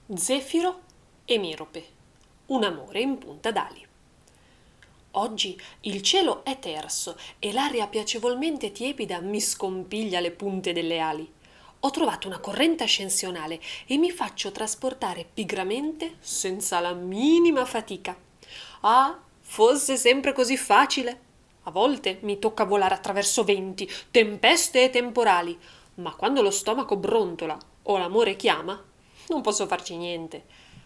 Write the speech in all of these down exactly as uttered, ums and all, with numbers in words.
Zefiro e Merope, un amore in punta d'ali. Oggi il cielo è terso e l'aria piacevolmente tiepida mi scompiglia le punte delle ali. Ho trovato una corrente ascensionale e mi faccio trasportare pigramente senza la minima fatica. Ah, fosse sempre così facile! A volte mi tocca volare attraverso venti, tempeste e temporali, ma quando lo stomaco brontola o l'amore chiama, non posso farci niente.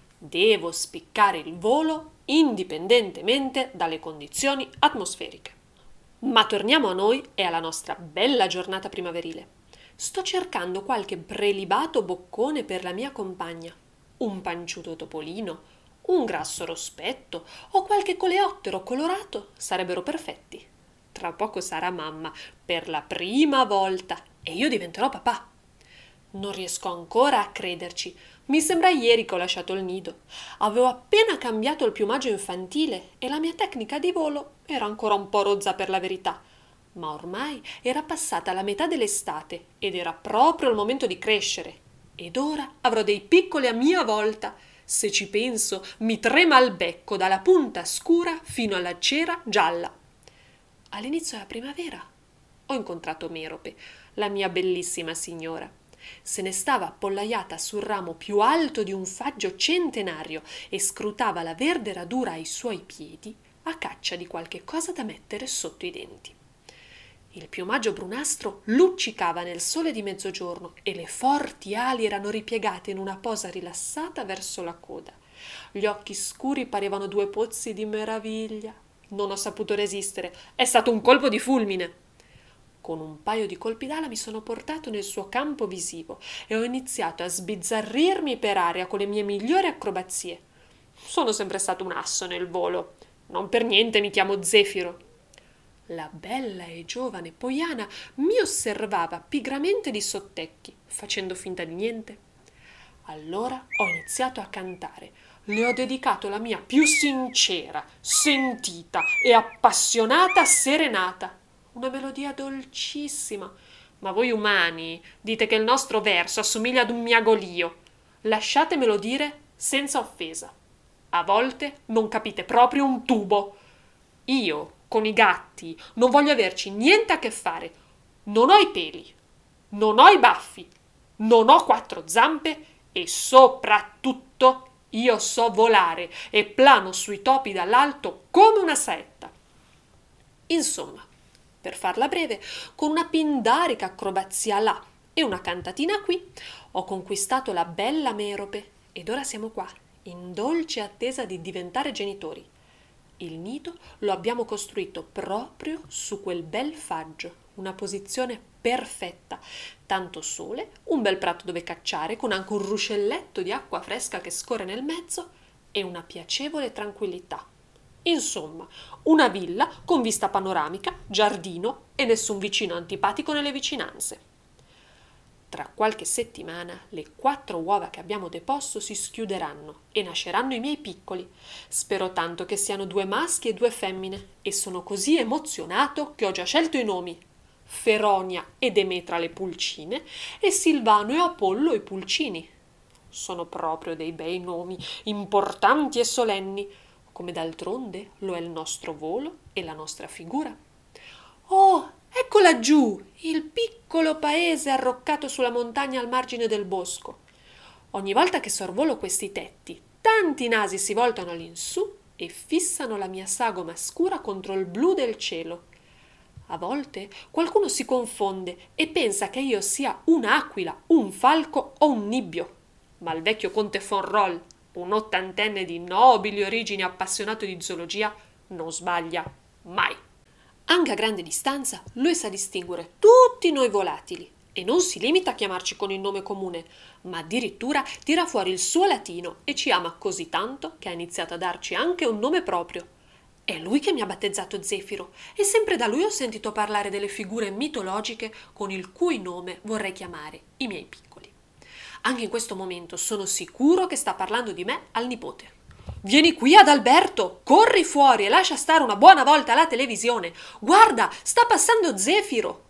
Devo spiccare il volo indipendentemente dalle condizioni atmosferiche. Ma torniamo a noi e alla nostra bella giornata primaverile. Sto cercando qualche prelibato boccone per la mia compagna, un panciuto topolino, un grasso rospetto o qualche coleottero colorato sarebbero perfetti. Tra poco sarà mamma per la prima volta e io diventerò papà. Non riesco ancora a crederci. Mi sembra ieri che ho lasciato il nido. Avevo appena cambiato il piumaggio infantile e la mia tecnica di volo era ancora un po' rozza per la verità. Ma ormai era passata la metà dell'estate ed era proprio il momento di crescere. Ed ora avrò dei piccoli a mia volta. Se ci penso, mi trema il becco dalla punta scura fino alla cera gialla. All'inizio della primavera ho incontrato Merope, la mia bellissima signora. Se ne stava appollaiata sul ramo più alto di un faggio centenario e scrutava la verde radura ai suoi piedi a caccia di qualche cosa da mettere sotto i denti. Il piumaggio brunastro luccicava nel sole di mezzogiorno e le forti ali erano ripiegate in una posa rilassata verso la coda. Gli occhi scuri parevano due pozzi di meraviglia. Non ho saputo resistere, è stato un colpo di fulmine. Con un paio di colpi d'ala mi sono portato nel suo campo visivo e ho iniziato a sbizzarrirmi per aria con le mie migliori acrobazie. Sono sempre stato un asso nel volo, non per niente mi chiamo Zefiro. La bella e giovane Poiana mi osservava pigramente di sottecchi, facendo finta di niente. Allora ho iniziato a cantare. Le ho dedicato la mia più sincera, sentita e appassionata serenata. Una melodia dolcissima. Ma voi umani dite che il nostro verso assomiglia ad un miagolio. Lasciatemelo dire senza offesa. A volte non capite proprio un tubo. Io, con i gatti, non voglio averci niente a che fare. Non ho i peli, non ho i baffi, non ho quattro zampe e soprattutto io so volare e plano sui topi dall'alto come una saetta. Insomma, per farla breve, con una pindarica acrobazia là e una cantatina qui, ho conquistato la bella Merope ed ora siamo qua, in dolce attesa di diventare genitori. Il nido lo abbiamo costruito proprio su quel bel faggio, una posizione perfetta, tanto sole, un bel prato dove cacciare con anche un ruscelletto di acqua fresca che scorre nel mezzo e una piacevole tranquillità. Insomma, una villa con vista panoramica, giardino e nessun vicino antipatico nelle vicinanze. Tra qualche settimana le quattro uova che abbiamo deposto si schiuderanno e nasceranno i miei piccoli. Spero tanto che siano due maschi e due femmine e sono così emozionato che ho già scelto i nomi: Feronia e Demetra le pulcine e Silvano e Apollo i pulcini. Sono proprio dei bei nomi, importanti e solenni, come d'altronde lo è il nostro volo e la nostra figura. Oh, ecco laggiù, il piccolo paese arroccato sulla montagna al margine del bosco. Ogni volta che sorvolo questi tetti, tanti nasi si voltano all'insù e fissano la mia sagoma scura contro il blu del cielo. A volte qualcuno si confonde e pensa che io sia un'aquila, un falco o un nibbio. Ma il vecchio conte Fonroll, un ottantenne di nobili origini appassionato di zoologia, non sbaglia mai. Anche a grande distanza lui sa distinguere tutti noi volatili e non si limita a chiamarci con il nome comune, ma addirittura tira fuori il suo latino e ci ama così tanto che ha iniziato a darci anche un nome proprio. È lui che mi ha battezzato Zefiro e sempre da lui ho sentito parlare delle figure mitologiche con il cui nome vorrei chiamare i miei piccoli. Anche in questo momento sono sicuro che sta parlando di me al nipote. Vieni qui, Adalberto, corri fuori e lascia stare una buona volta la televisione. Guarda, sta passando Zefiro.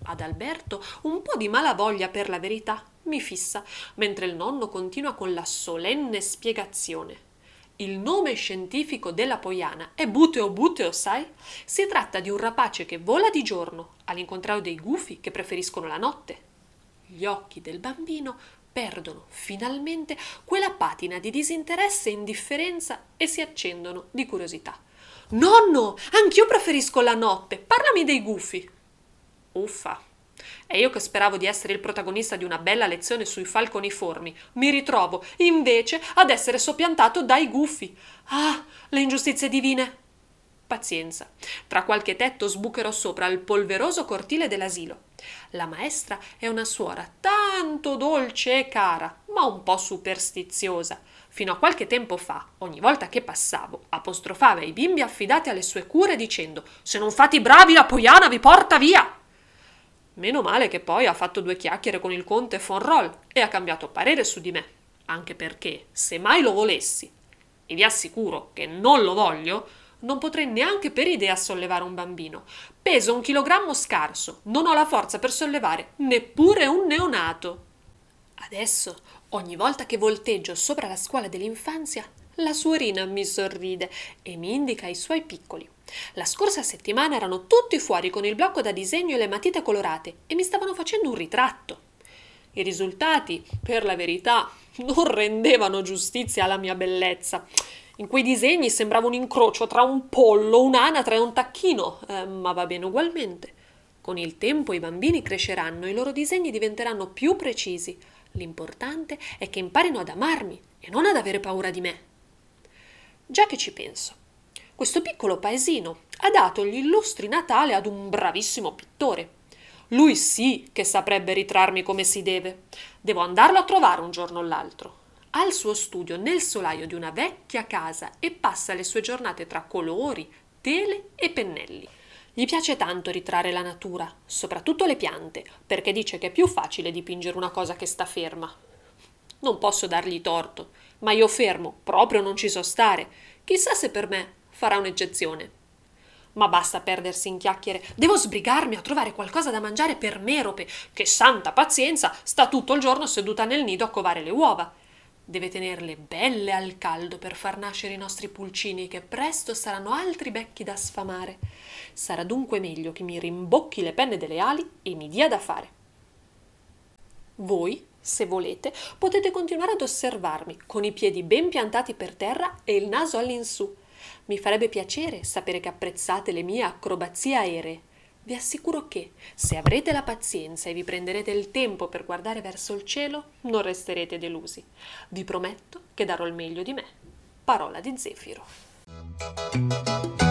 Ad Alberto un po' di malavoglia per la verità mi fissa, mentre il nonno continua con la solenne spiegazione. Il nome scientifico della poiana è buteo buteo, sai? Si tratta di un rapace che vola di giorno, all'incontrario dei gufi che preferiscono la notte. Gli occhi del bambino perdono finalmente quella patina di disinteresse e indifferenza e si accendono di curiosità. Nonno, anch'io preferisco la notte, parlami dei gufi. Uffa. E io che speravo di essere il protagonista di una bella lezione sui falconiformi, mi ritrovo invece ad essere soppiantato dai gufi. Ah, le ingiustizie divine! Pazienza, tra qualche tetto sbucherò sopra il polveroso cortile dell'asilo. La maestra è una suora tanto dolce e cara, ma un po' superstiziosa. Fino a qualche tempo fa, ogni volta che passavo, apostrofava i bimbi affidati alle sue cure dicendo: «Se non fate i bravi, la poiana vi porta via!» Meno male che poi ha fatto due chiacchiere con il conte Fonroll e ha cambiato parere su di me, anche perché, se mai lo volessi, e vi assicuro che non lo voglio, non potrei neanche per idea sollevare un bambino. Peso un chilogrammo scarso, non ho la forza per sollevare neppure un neonato. Adesso, ogni volta che volteggio sopra la scuola dell'infanzia, la suorina mi sorride e mi indica i suoi piccoli. La scorsa settimana erano tutti fuori con il blocco da disegno e le matite colorate e mi stavano facendo un ritratto. I risultati, per la verità, non rendevano giustizia alla mia bellezza. In quei disegni sembrava un incrocio tra un pollo, un'anatra e un tacchino, eh, ma va bene ugualmente. Con il tempo i bambini cresceranno e i loro disegni diventeranno più precisi. L'importante è che imparino ad amarmi e non ad avere paura di me. Già che ci penso, questo piccolo paesino ha dato gli illustri Natale ad un bravissimo pittore. Lui sì che saprebbe ritrarmi come si deve. Devo andarlo a trovare un giorno o l'altro. Ha il suo studio nel solaio di una vecchia casa e passa le sue giornate tra colori, tele e pennelli. Gli piace tanto ritrarre la natura, soprattutto le piante, perché dice che è più facile dipingere una cosa che sta ferma. Non posso dargli torto, ma io fermo proprio non ci so stare. Chissà se per me farà un'eccezione. Ma basta perdersi in chiacchiere. Devo sbrigarmi a trovare qualcosa da mangiare per Merope, che santa pazienza sta tutto il giorno seduta nel nido a covare le uova. Deve tenerle belle al caldo per far nascere i nostri pulcini, che presto saranno altri becchi da sfamare. Sarà dunque meglio che mi rimbocchi le penne delle ali e mi dia da fare. Voi, se volete, potete continuare ad osservarmi con i piedi ben piantati per terra e il naso all'insù. Mi farebbe piacere sapere che apprezzate le mie acrobazie aeree. Vi assicuro che, se avrete la pazienza e vi prenderete il tempo per guardare verso il cielo, non resterete delusi. Vi prometto che darò il meglio di me. Parola di Zefiro.